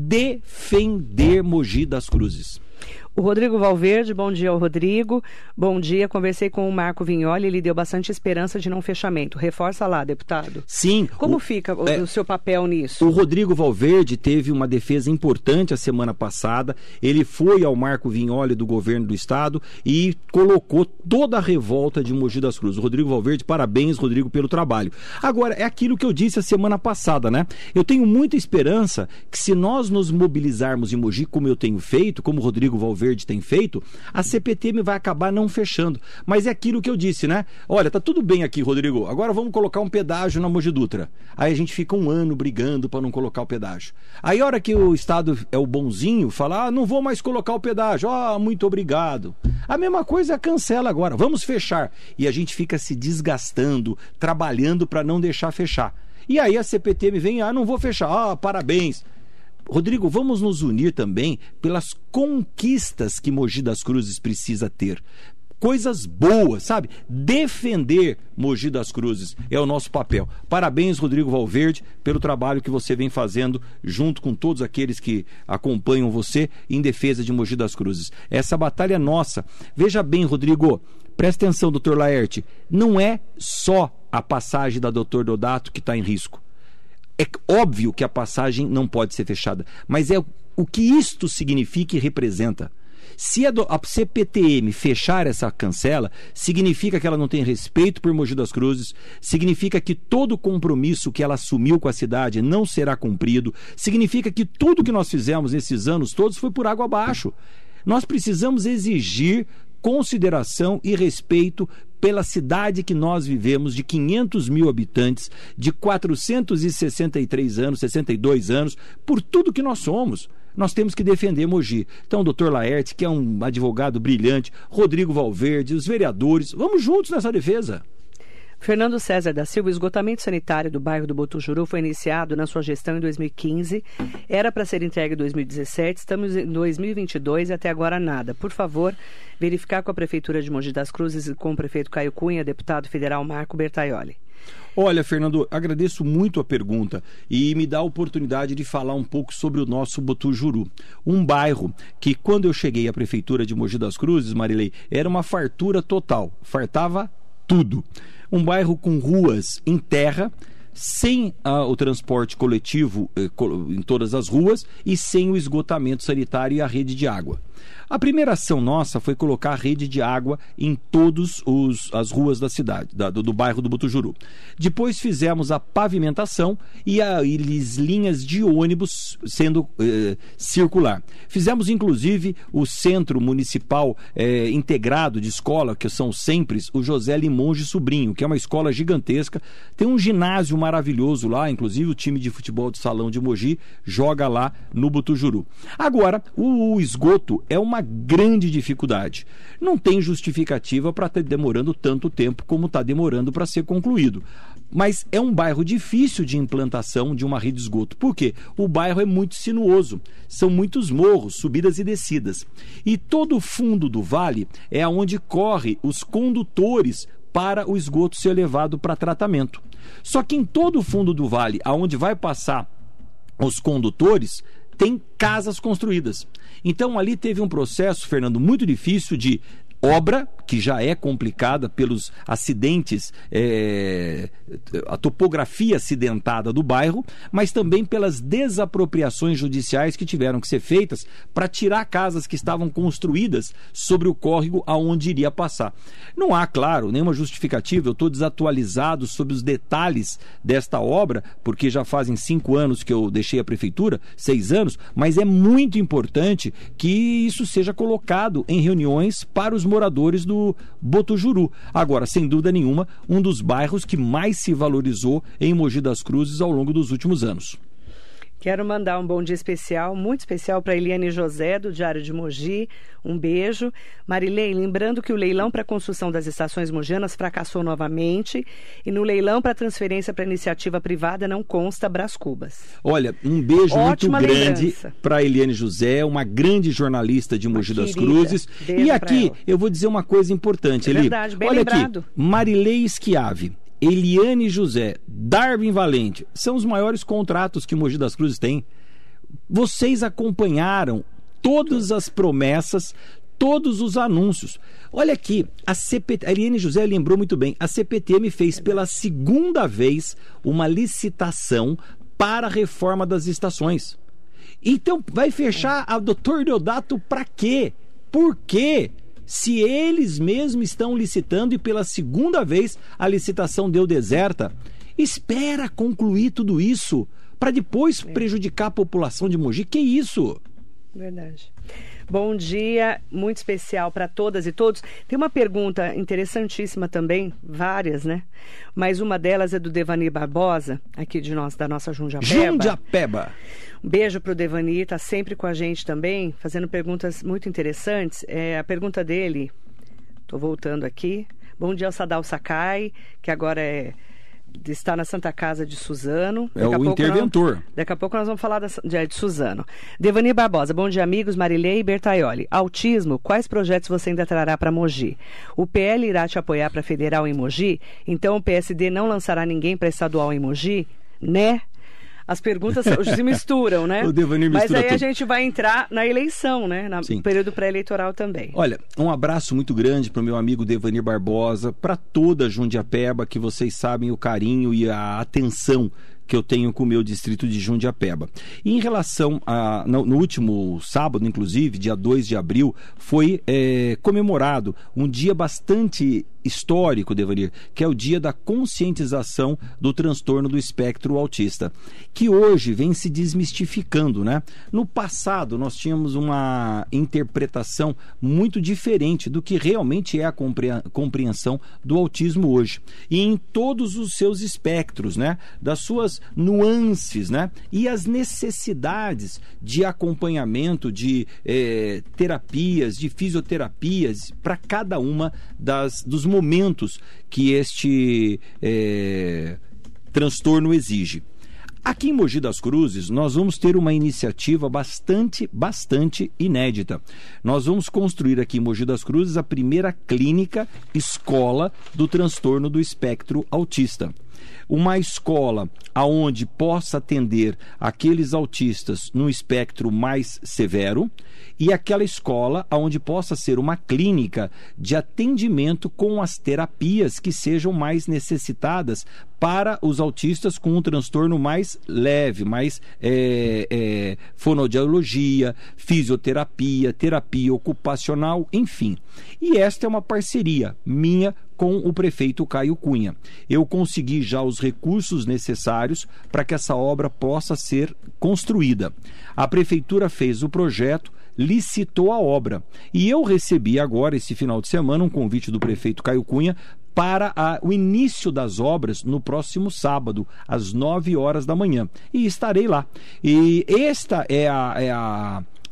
defender Mogi das Cruzes. O Rodrigo Valverde, bom dia ao Rodrigo. Bom dia, conversei com o Marco Vignoli, ele deu bastante esperança de não fechamento. Reforça lá, deputado. Sim. Como o, fica o, é, o seu papel nisso? O Rodrigo Valverde teve uma defesa importante a semana passada. Ele foi ao Marco Vignoli do governo do estado e colocou toda a revolta de Mogi das Cruzes. Rodrigo Valverde, parabéns, Rodrigo, pelo trabalho. Agora, é aquilo que eu disse a semana passada, né? Eu tenho muita esperança que se nós nos mobilizarmos em Mogi, como eu tenho feito, como o Rodrigo Valverde tem feito, a C P T M vai acabar não fechando. Mas é aquilo que eu disse, né? Olha, tá tudo bem aqui, Rodrigo. Agora vamos colocar um pedágio na Mogi Dutra. Aí a gente fica um ano brigando para não colocar o pedágio. Aí a hora que o Estado é o bonzinho, fala, ah, não vou mais colocar o pedágio. Ah, muito obrigado. A mesma coisa cancela agora. Vamos fechar. E a gente fica se desgastando, trabalhando para não deixar fechar. E aí a C P T M vem, ah, não vou fechar. Ah, parabéns. Rodrigo, vamos nos unir também pelas conquistas que Mogi das Cruzes precisa ter. Coisas boas, sabe? Defender Mogi das Cruzes é o nosso papel. Parabéns, Rodrigo Valverde, pelo trabalho que você vem fazendo junto com todos aqueles que acompanham você em defesa de Mogi das Cruzes. Essa batalha é nossa. Veja bem, Rodrigo, presta atenção, doutor Laerte, não é só a passagem da doutor Dodato que está em risco. É óbvio que a passagem não pode ser fechada, mas é o que isto significa e representa. Se a, do, a C P T M fechar essa cancela, significa que ela não tem respeito por Mogi das Cruzes, significa que todo o compromisso que ela assumiu com a cidade não será cumprido, significa que tudo que nós fizemos nesses anos todos foi por água abaixo. Nós precisamos exigir consideração e respeito pela cidade que nós vivemos, de quinhentos mil habitantes, de quatrocentos e sessenta e três anos, sessenta e dois anos, por tudo que nós somos. Nós temos que defender Mogi. Então, o doutor Laerte, que é um advogado brilhante, Rodrigo Valverde, os vereadores, vamos juntos nessa defesa. Fernando César da Silva, o esgotamento sanitário do bairro do Botujuru foi iniciado na sua gestão em dois mil e quinze, era para ser entregue em dois mil e dezessete, estamos em dois mil e vinte e dois e até agora nada. Por favor, verificar com a Prefeitura de Mogi das Cruzes e com o prefeito Caio Cunha, deputado federal Marco Bertaioli. Olha, Fernando, agradeço muito a pergunta e me dá a oportunidade de falar um pouco sobre o nosso Botujuru. Um bairro que, quando eu cheguei à Prefeitura de Mogi das Cruzes, Marilei, era uma fartura total, fartava tudo. Um bairro com ruas em terra, sem ah, o transporte coletivo eh, em todas as ruas e sem o esgotamento sanitário e a rede de água. A primeira ação nossa foi colocar a rede de água em todas as ruas da cidade, da, do, do bairro do Botujuru. Depois fizemos a pavimentação e as linhas de ônibus sendo eh, circular. Fizemos inclusive o centro municipal eh, integrado de escola, que são sempre o José Limonge Sobrinho, que é uma escola gigantesca. Tem um ginásio maravilhoso lá, inclusive o time de futebol de salão de Mogi joga lá no Botujuru. Agora, o, o esgoto é uma grande dificuldade. Não tem justificativa para estar demorando tanto tempo como está demorando para ser concluído. Mas é um bairro difícil de implantação de uma rede de esgoto. Por quê? O bairro é muito sinuoso, são muitos morros, subidas e descidas. E todo o fundo do vale é onde corre os condutores para o esgoto ser levado para tratamento. Só que em todo o fundo do vale, aonde vai passar os condutores, tem casas construídas. Então ali teve um processo, Fernando, muito difícil de obra, que já é complicada pelos acidentes, é, a topografia acidentada do bairro, mas também pelas desapropriações judiciais que tiveram que ser feitas para tirar casas que estavam construídas sobre o córrego aonde iria passar. Não há, claro, nenhuma justificativa, eu estou desatualizado sobre os detalhes desta obra, porque já fazem cinco anos que eu deixei a prefeitura, seis anos, mas é muito importante que isso seja colocado em reuniões para os moradores do Botujuru. Agora, sem dúvida nenhuma, um dos bairros que mais se valorizou em Mogi das Cruzes ao longo dos últimos anos. Quero mandar um bom dia especial, muito especial para Eliane José, do Diário de Mogi. Um beijo. Marilei, lembrando que o leilão para a construção das estações mogianas fracassou novamente e no leilão para transferência para iniciativa privada não consta Brás Cubas. Olha, um beijo Ótima muito grande lembrança para Eliane José, uma grande jornalista de Mogi das Cruzes. Beijo E aqui eu vou dizer uma coisa importante, É Eli. verdade, bem Olha lembrado. aqui, Marilei Schiavi, Eliane José, Darwin Valente, são os maiores contratos que Mogi das Cruzes tem. Vocês acompanharam todas as promessas, todos os anúncios. Olha aqui, a C P T, a Eliane José lembrou muito bem, a C P T M fez pela segunda vez uma licitação para a reforma das estações. Então, vai fechar a doutor Deodato para quê? Por quê? Se eles mesmos estão licitando e pela segunda vez a licitação deu deserta, espera concluir tudo isso para depois é. prejudicar a população de Mogi. Que isso? Verdade. Bom dia, muito especial para todas e todos. Tem uma pergunta interessantíssima também, várias, né? Mas uma delas é do Devani Barbosa, aqui de nós, da nossa Jundiapeba. Jundiapeba. Um beijo para o Devani, está sempre com a gente também, fazendo perguntas muito interessantes. É, a pergunta dele, estou voltando aqui. Bom dia ao Sadal Sakai, que agora é... está na Santa Casa de Suzano. É o interventor. Nós, daqui a pouco nós vamos falar da, de, de Suzano. Devani Barbosa, bom dia amigos, Marilei e Bertaioli. Autismo, quais projetos você ainda trará para Mogi? O P L irá te apoiar para federal em Mogi? Então o P S D não lançará ninguém para estadual em Mogi? Né? As perguntas se misturam, né? O Devani mistura Mas aí tudo. a gente vai entrar na eleição, né? No Sim. período pré-eleitoral também. Olha, um abraço muito grande para o meu amigo Devani Barbosa, para toda a Jundiapeba, que vocês sabem o carinho e a atenção que eu tenho com o meu distrito de Jundiapeba. E em relação a... No, no último sábado, inclusive, dia dois de abril, foi é, comemorado um dia bastante histórico, Devanir, que é o dia da conscientização do transtorno do espectro autista, que hoje vem se desmistificando, né? No passado, nós tínhamos uma interpretação muito diferente do que realmente é a compreensão do autismo hoje. E em todos os seus espectros, né? Das suas nuances, né? E as necessidades de acompanhamento, de eh, terapias, de fisioterapias para cada uma das, dos momentos que este eh, transtorno exige. Aqui em Mogi das Cruzes, nós vamos ter uma iniciativa bastante, bastante inédita. Nós vamos construir aqui em Mogi das Cruzes a primeira clínica escola do transtorno do espectro autista. Uma escola aonde possa atender aqueles autistas no espectro mais severo e aquela escola aonde possa ser uma clínica de atendimento com as terapias que sejam mais necessitadas para os autistas com um transtorno mais leve, mais é, é, fonoaudiologia, fisioterapia, terapia ocupacional, enfim. E esta é uma parceria minha com o prefeito Caio Cunha. Eu consegui já os recursos necessários para que essa obra possa ser construída. A prefeitura fez o projeto, licitou a obra. E eu recebi agora, esse final de semana, um convite do prefeito Caio Cunha para a, o início das obras no próximo sábado, às nove horas da manhã. E estarei lá. E esta é a... É a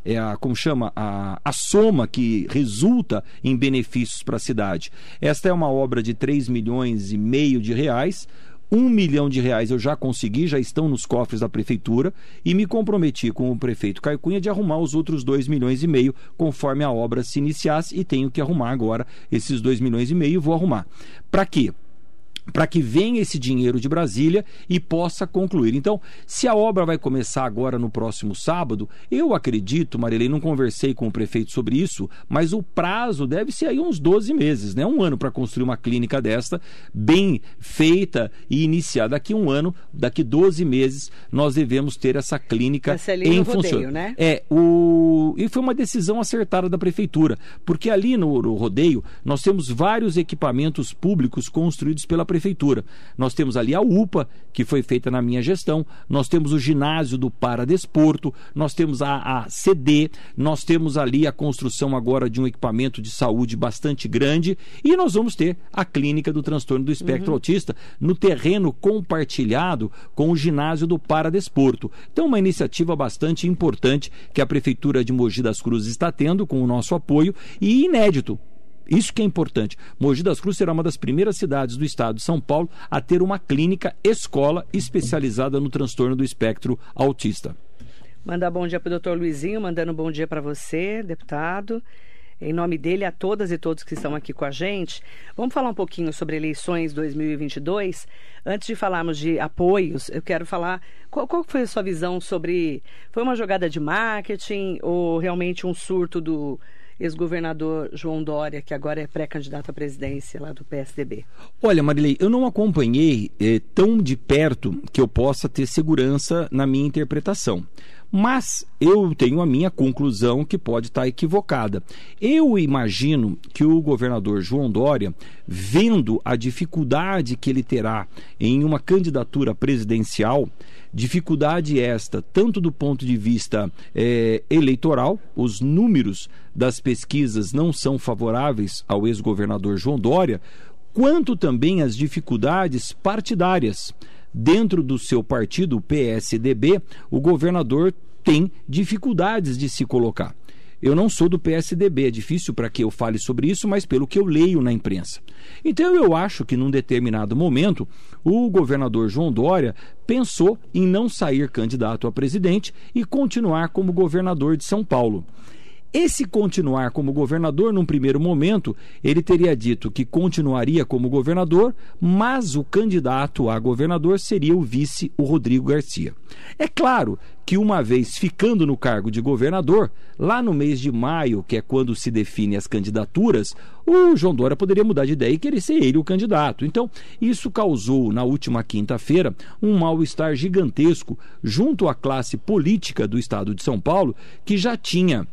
é a como chama, a, a soma que resulta em benefícios para a cidade. Esta é uma obra de três milhões e meio de reais. Um milhão de reais eu já consegui, já estão nos cofres da prefeitura, e me comprometi com o prefeito Caio Cunha de arrumar os outros dois milhões e meio conforme a obra se iniciasse, e tenho que arrumar agora esses dois milhões e meio e vou arrumar. Para quê? Para que venha esse dinheiro de Brasília e possa concluir. Então, se a obra vai começar agora no próximo sábado, eu acredito, Marilei, não conversei com o prefeito sobre isso, mas o prazo deve ser aí uns doze meses, né? Um ano para construir uma clínica desta, bem feita e iniciada. Daqui um ano, daqui doze meses, nós devemos ter essa clínica em funcionamento. Né? É, o... e foi uma decisão acertada da prefeitura, porque ali no, no rodeio nós temos vários equipamentos públicos construídos pela prefeitura. Nós temos ali a U P A, que foi feita na minha gestão, nós temos o ginásio do Paradesporto, nós temos a, a C D, nós temos ali a construção agora de um equipamento de saúde bastante grande, e nós vamos ter a clínica do transtorno do espectro uhum. autista no terreno compartilhado com o ginásio do Paradesporto. Então, uma iniciativa bastante importante que a prefeitura de Mogi das Cruzes está tendo com o nosso apoio, e inédito. Isso que é importante. Mogi das Cruzes será uma das primeiras cidades do estado de São Paulo a ter uma clínica escola especializada no transtorno do espectro autista. Mandar bom dia para o doutor Luizinho, mandando um bom dia para você, deputado. Em nome dele, a todas e todos que estão aqui com a gente. Vamos falar um pouquinho sobre eleições dois mil e vinte e dois. Antes de falarmos de apoios, eu quero falar qual, qual foi a sua visão sobre... Foi uma jogada de marketing ou realmente um surto do ex-governador João Dória, que agora é pré-candidato à presidência lá do P S D B? Olha, Marilei, eu não acompanhei eh, tão de perto que eu possa ter segurança na minha interpretação. Mas eu tenho a minha conclusão que pode estar equivocada. Eu imagino que o governador João Dória, vendo a dificuldade que ele terá em uma candidatura presidencial, dificuldade esta tanto do ponto de vista eh, eleitoral, os números das pesquisas não são favoráveis ao ex-governador João Dória, quanto também as dificuldades partidárias. Dentro do seu partido, o P S D B, o governador tem dificuldades de se colocar. Eu não sou do P S D B, é difícil para que eu fale sobre isso, mas pelo que eu leio na imprensa. Então eu acho que num determinado momento, o governador João Dória pensou em não sair candidato a presidente e continuar como governador de São Paulo. Esse continuar como governador, num primeiro momento, ele teria dito que continuaria como governador, mas o candidato a governador seria o vice, o Rodrigo Garcia. É claro que uma vez ficando no cargo de governador, lá no mês de maio, que é quando se definem as candidaturas, o João Dória poderia mudar de ideia e querer ser ele o candidato. Então, isso causou, na última quinta-feira, um mal-estar gigantesco junto à classe política do estado de São Paulo, que já tinha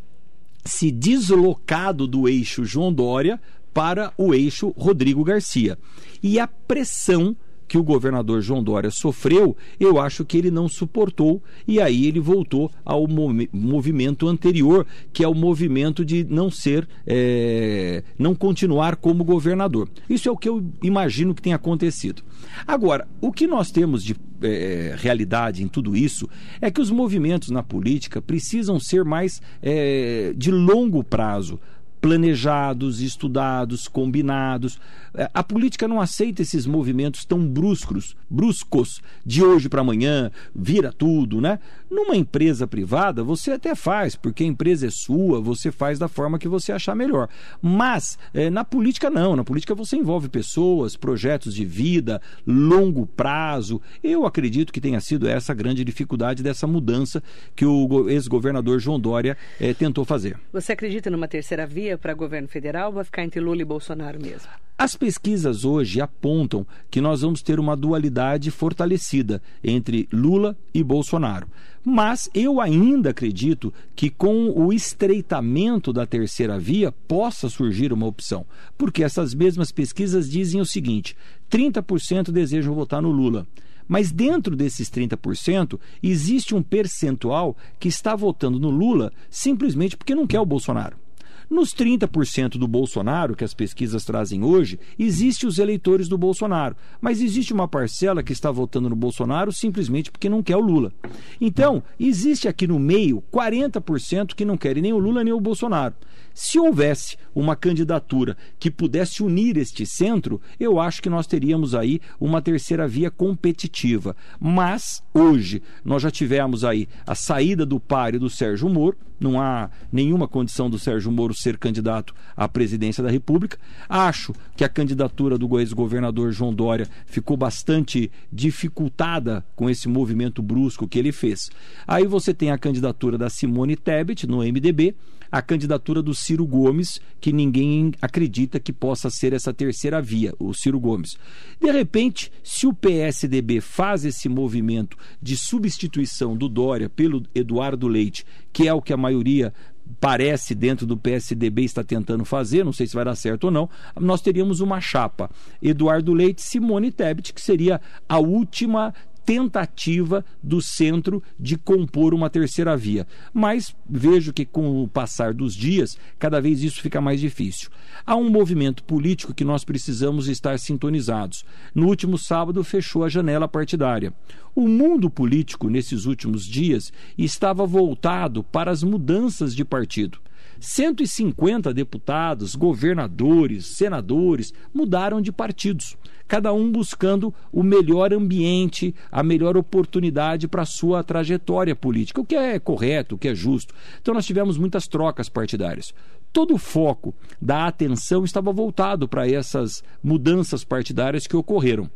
se deslocado do eixo João Dória para o eixo Rodrigo Garcia. E a pressão que o governador João Dória sofreu, eu acho que ele não suportou, e aí ele voltou ao mov- movimento anterior, que é o movimento de não ser, é, não continuar como governador. Isso é o que eu imagino que tenha acontecido. Agora, o que nós temos de é, realidade em tudo isso é que os movimentos na política precisam ser mais é, de longo prazo, planejados, estudados, combinados. A política não aceita esses movimentos tão bruscos, bruscos, de hoje para amanhã, vira tudo, né? Numa empresa privada, você até faz, porque a empresa é sua, você faz da forma que você achar melhor. Mas, é, na política não, na política você envolve pessoas, projetos de vida, longo prazo. Eu acredito que tenha sido essa a grande dificuldade dessa mudança que o ex-governador João Dória é, tentou fazer. Você acredita numa terceira via para governo federal ou vai ficar entre Lula e Bolsonaro mesmo? As pesquisas hoje apontam que nós vamos ter uma dualidade fortalecida entre Lula e Bolsonaro. Mas eu ainda acredito que com o estreitamento da terceira via possa surgir uma opção. Porque essas mesmas pesquisas dizem o seguinte: trinta por cento desejam votar no Lula. Mas dentro desses trinta por cento existe um percentual que está votando no Lula simplesmente porque não quer o Bolsonaro. Nos trinta por cento do Bolsonaro, que as pesquisas trazem hoje, existem os eleitores do Bolsonaro. Mas existe uma parcela que está votando no Bolsonaro simplesmente porque não quer o Lula. Então, existe aqui no meio quarenta por cento que não querem nem o Lula nem o Bolsonaro. Se houvesse uma candidatura que pudesse unir este centro, eu acho que nós teríamos aí uma terceira via competitiva. Mas, hoje, nós já tivemos aí a saída do páreo do Sérgio Moro, não há nenhuma condição do Sérgio Moro ser candidato à presidência da República. Acho que a candidatura do ex-governador João Dória ficou bastante dificultada com esse movimento brusco que ele fez. Aí você tem a candidatura da Simone Tebet, no M D B, a candidatura do Ciro Gomes, que ninguém acredita que possa ser essa terceira via, o Ciro Gomes. De repente, se o P S D B faz esse movimento de substituição do Dória pelo Eduardo Leite, que é o que a maioria parece dentro do P S D B está tentando fazer, não sei se vai dar certo ou não, nós teríamos uma chapa Eduardo Leite, Simone Tebet, que seria a última tentativa do centro de compor uma terceira via. Mas vejo que com o passar dos dias, cada vez isso fica mais difícil. Há um movimento político que nós precisamos estar sintonizados. No último sábado fechou a janela partidária. O mundo político, nesses últimos dias, estava voltado para as mudanças de partido. cento e cinquenta deputados, governadores, senadores mudaram de partidos, cada um buscando o melhor ambiente, a melhor oportunidade para a sua trajetória política, o que é correto, o que é justo. Então nós tivemos muitas trocas partidárias. Todo o foco da atenção estava voltado para essas mudanças partidárias que ocorreram.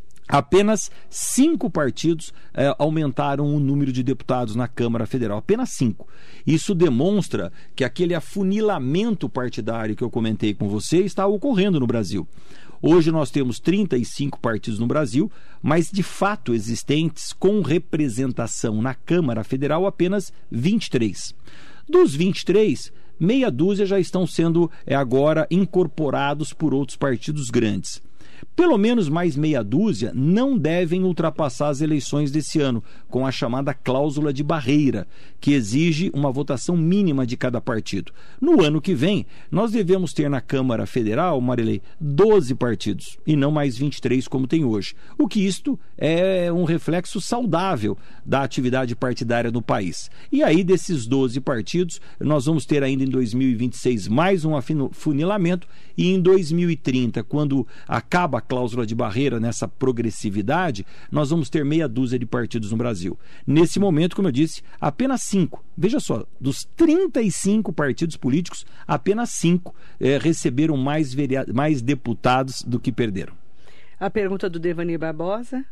Apenas cinco partidos eh, aumentaram o número de deputados na Câmara Federal, apenas cinco. Isso demonstra que aquele afunilamento partidário que eu comentei com você está ocorrendo no Brasil. Hoje nós temos trinta e cinco partidos no Brasil, mas de fato existentes com representação na Câmara Federal apenas vinte e três. Dos vinte e três, meia dúzia já estão sendo é, agora incorporados por outros partidos grandes. Pelo menos mais meia dúzia não devem ultrapassar as eleições desse ano, com a chamada cláusula de barreira, que exige uma votação mínima de cada partido. No ano que vem, nós devemos ter na Câmara Federal, Marilei, doze partidos, e não mais vinte e três como tem hoje. O que isto é um reflexo saudável da atividade partidária no país. E aí, desses doze partidos, nós vamos ter ainda em dois mil e vinte e seis mais um afunilamento, e em dois mil e trinta, quando acaba a cláusula de barreira nessa progressividade, nós vamos ter meia dúzia de partidos no Brasil. Nesse momento, como eu disse, apenas cinco. Veja só, dos trinta e cinco partidos políticos, apenas cinco eh, receberam mais, veread... mais deputados do que perderam. A pergunta do Devani Barbosa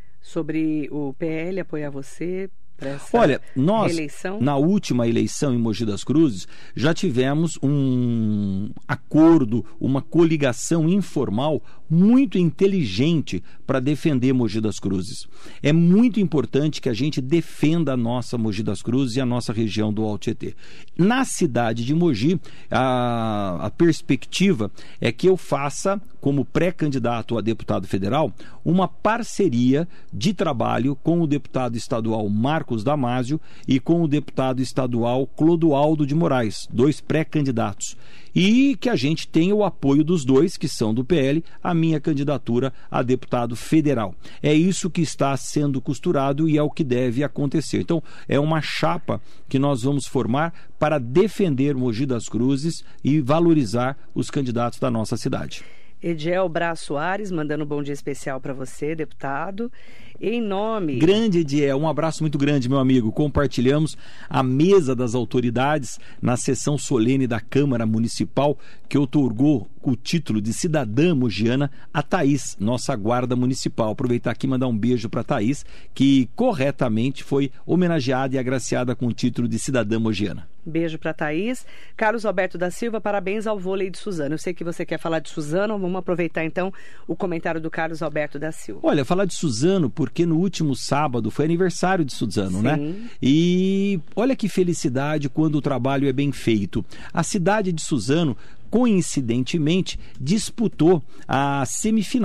sobre o P L apoiar você para essa Olha, nós, reeleição. Na última eleição em Mogi das Cruzes, já tivemos um acordo, uma coligação informal muito inteligente para defender Mogi das Cruzes. É muito importante que a gente defenda a nossa Mogi das Cruzes e a nossa região do Alto Tietê. Na cidade de Mogi, a, a perspectiva é que eu faça, como pré-candidato a deputado federal, uma parceria de trabalho com o deputado estadual Marcos Damasio e com o deputado estadual Clodoaldo de Moraes, dois pré-candidatos. E que a gente tenha o apoio dos dois, que são do P L, a minha candidatura a deputado federal. É isso que está sendo costurado e é o que deve acontecer. Então, é uma chapa que nós vamos formar para defender Mogi das Cruzes e valorizar os candidatos da nossa cidade. Ediel Braz Soares, mandando um bom dia especial para você, deputado. Em nome... Grande Ediel, um abraço muito grande, meu amigo. Compartilhamos a mesa das autoridades na sessão solene da Câmara Municipal, que outorgou o título de cidadã mogiana a Thaís, nossa guarda municipal. Aproveitar aqui e mandar um beijo para a Thaís, que corretamente foi homenageada e agraciada com o título de cidadã mogiana. Beijo para a Thaís. Carlos Alberto da Silva, parabéns ao vôlei de Suzano. Eu sei que você quer falar de Suzano, vamos aproveitar então o comentário do Carlos Alberto da Silva. Olha, falar de Suzano, porque no último sábado foi aniversário de Suzano, Sim. né? E olha que felicidade quando o trabalho é bem feito. A cidade de Suzano, coincidentemente, disputou a semifinal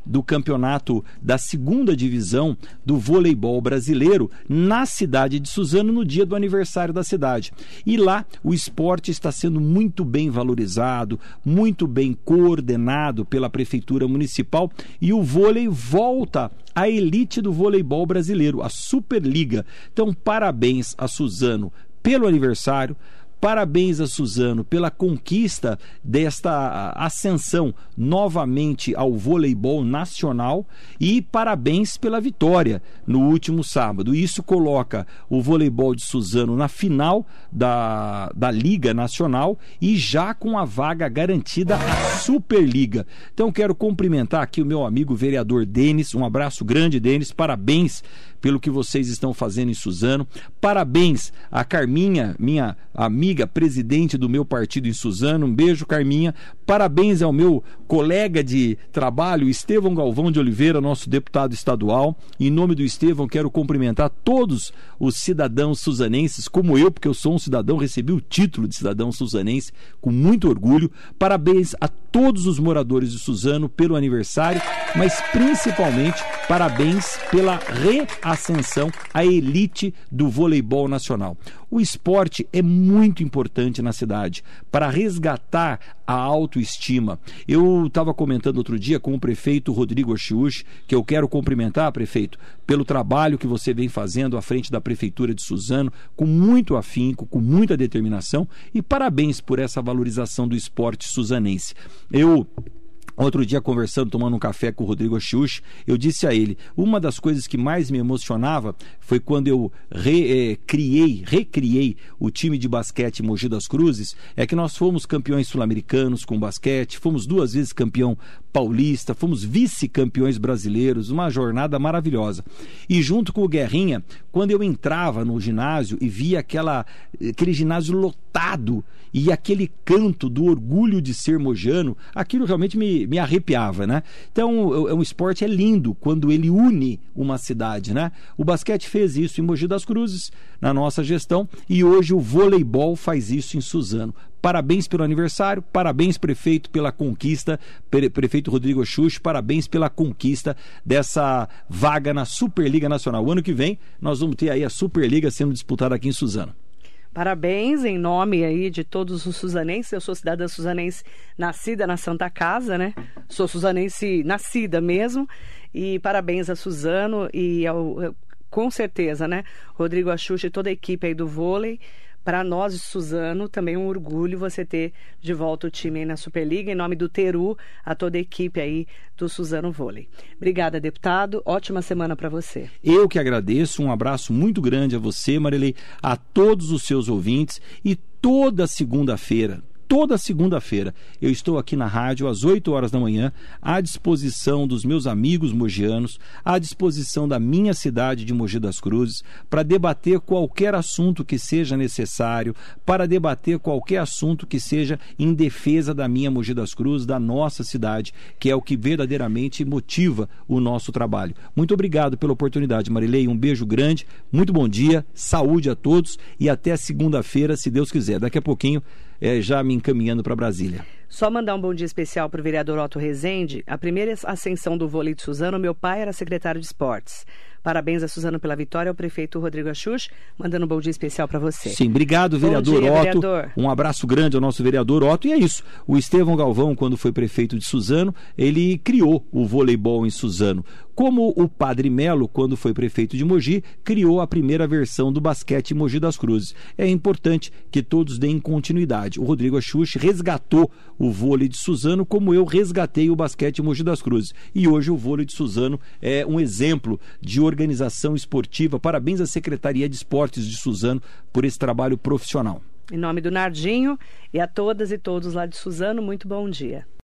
do campeonato da segunda divisão do voleibol brasileiro na cidade de Suzano no dia do aniversário da cidade. E lá o esporte está sendo muito bem valorizado, muito bem coordenado pela Prefeitura Municipal e o vôlei volta à elite do voleibol brasileiro, a Superliga. Então, parabéns a Suzano pelo aniversário. Parabéns a Suzano pela conquista desta ascensão novamente ao voleibol nacional e parabéns pela vitória no último sábado. Isso coloca o voleibol de Suzano na final da, da Liga Nacional e já com a vaga garantida à Superliga. Então quero cumprimentar aqui o meu amigo vereador Denis, um abraço grande, Denis, parabéns pelo que vocês estão fazendo em Suzano. Parabéns a Carminha, minha amiga presidente do meu partido em Suzano. Um beijo, Carminha. Parabéns ao meu colega de trabalho, Estevão Galvão de Oliveira, nosso deputado estadual. Em nome do Estevão, quero cumprimentar todos os cidadãos suzanenses, como eu, porque eu sou um cidadão, recebi o título de cidadão suzanense com muito orgulho. Parabéns a todos os moradores de Suzano pelo aniversário, mas principalmente parabéns pela reascensão à elite do voleibol nacional. O esporte é muito importante na cidade para resgatar a autoestima. Eu estava comentando outro dia com o prefeito Rodrigo Achiuchi, que eu quero cumprimentar, prefeito, pelo trabalho que você vem fazendo à frente da Prefeitura de Suzano, com muito afinco, com muita determinação, e parabéns por essa valorização do esporte suzanense. Eu... Outro dia, conversando, tomando um café com o Rodrigo Achiuchi, eu disse a ele, uma das coisas que mais me emocionava foi quando eu re, eh, criei, recriei o time de basquete Mogi das Cruzes, é que nós fomos campeões sul-americanos com basquete, fomos duas vezes campeão paulista, fomos vice-campeões brasileiros, uma jornada maravilhosa. E junto com o Guerrinha, quando eu entrava no ginásio e via aquela, aquele ginásio lotado e aquele canto do orgulho de ser mojano, aquilo realmente me me arrepiava, né? Então, o, o esporte é lindo quando ele une uma cidade, né? O basquete fez isso em Mogi das Cruzes, na nossa gestão, e hoje o voleibol faz isso em Suzano. Parabéns pelo aniversário, parabéns, prefeito, pela conquista, pre- prefeito Rodrigo Achiuchi, parabéns pela conquista dessa vaga na Superliga Nacional. O ano que vem, nós vamos ter aí a Superliga sendo disputada aqui em Suzano. Parabéns em nome aí de todos os suzanenses. Eu sou cidadã suzanense nascida na Santa Casa, né? Sou suzanense nascida mesmo. E parabéns a Suzano e ao, com certeza, né? Rodrigo Achiuchi e toda a equipe aí do vôlei. Para nós de Suzano, também um orgulho você ter de volta o time aí na Superliga. Em nome do Teru, a toda a equipe aí do Suzano Vôlei. Obrigada, deputado. Ótima semana para você. Eu que agradeço. Um abraço muito grande a você, Marilei, a todos os seus ouvintes. E toda segunda-feira, toda segunda-feira, eu estou aqui na rádio às oito horas da manhã, à disposição dos meus amigos mogianos, à disposição da minha cidade de Mogi das Cruzes, para debater qualquer assunto que seja necessário, para debater qualquer assunto que seja em defesa da minha Mogi das Cruzes, da nossa cidade, que é o que verdadeiramente motiva o nosso trabalho. Muito obrigado pela oportunidade, Marilei. Um beijo grande, muito bom dia, saúde a todos e até segunda-feira, se Deus quiser. Daqui a pouquinho, É, já me encaminhando para Brasília. Só mandar um bom dia especial para o vereador Otto Rezende. A primeira ascensão do vôlei de Suzano, meu pai era secretário de esportes. Parabéns a Suzano pela vitória, ao prefeito Rodrigo Achiuchi, mandando um bom dia especial para você. Sim, obrigado, vereador dia, Otto. vereador. Um abraço grande ao nosso vereador Otto. E é isso, o Estevão Galvão, quando foi prefeito de Suzano, ele criou o voleibol em Suzano. Como o Padre Melo, quando foi prefeito de Mogi, criou a primeira versão do basquete em Mogi das Cruzes. É importante que todos deem continuidade. O Rodrigo Achiuchi resgatou o vôlei de Suzano como eu resgatei o basquete em Mogi das Cruzes. E hoje o vôlei de Suzano é um exemplo de organização esportiva. Parabéns à Secretaria de Esportes de Suzano por esse trabalho profissional. Em nome do Nardinho e a todas e todos lá de Suzano, muito bom dia.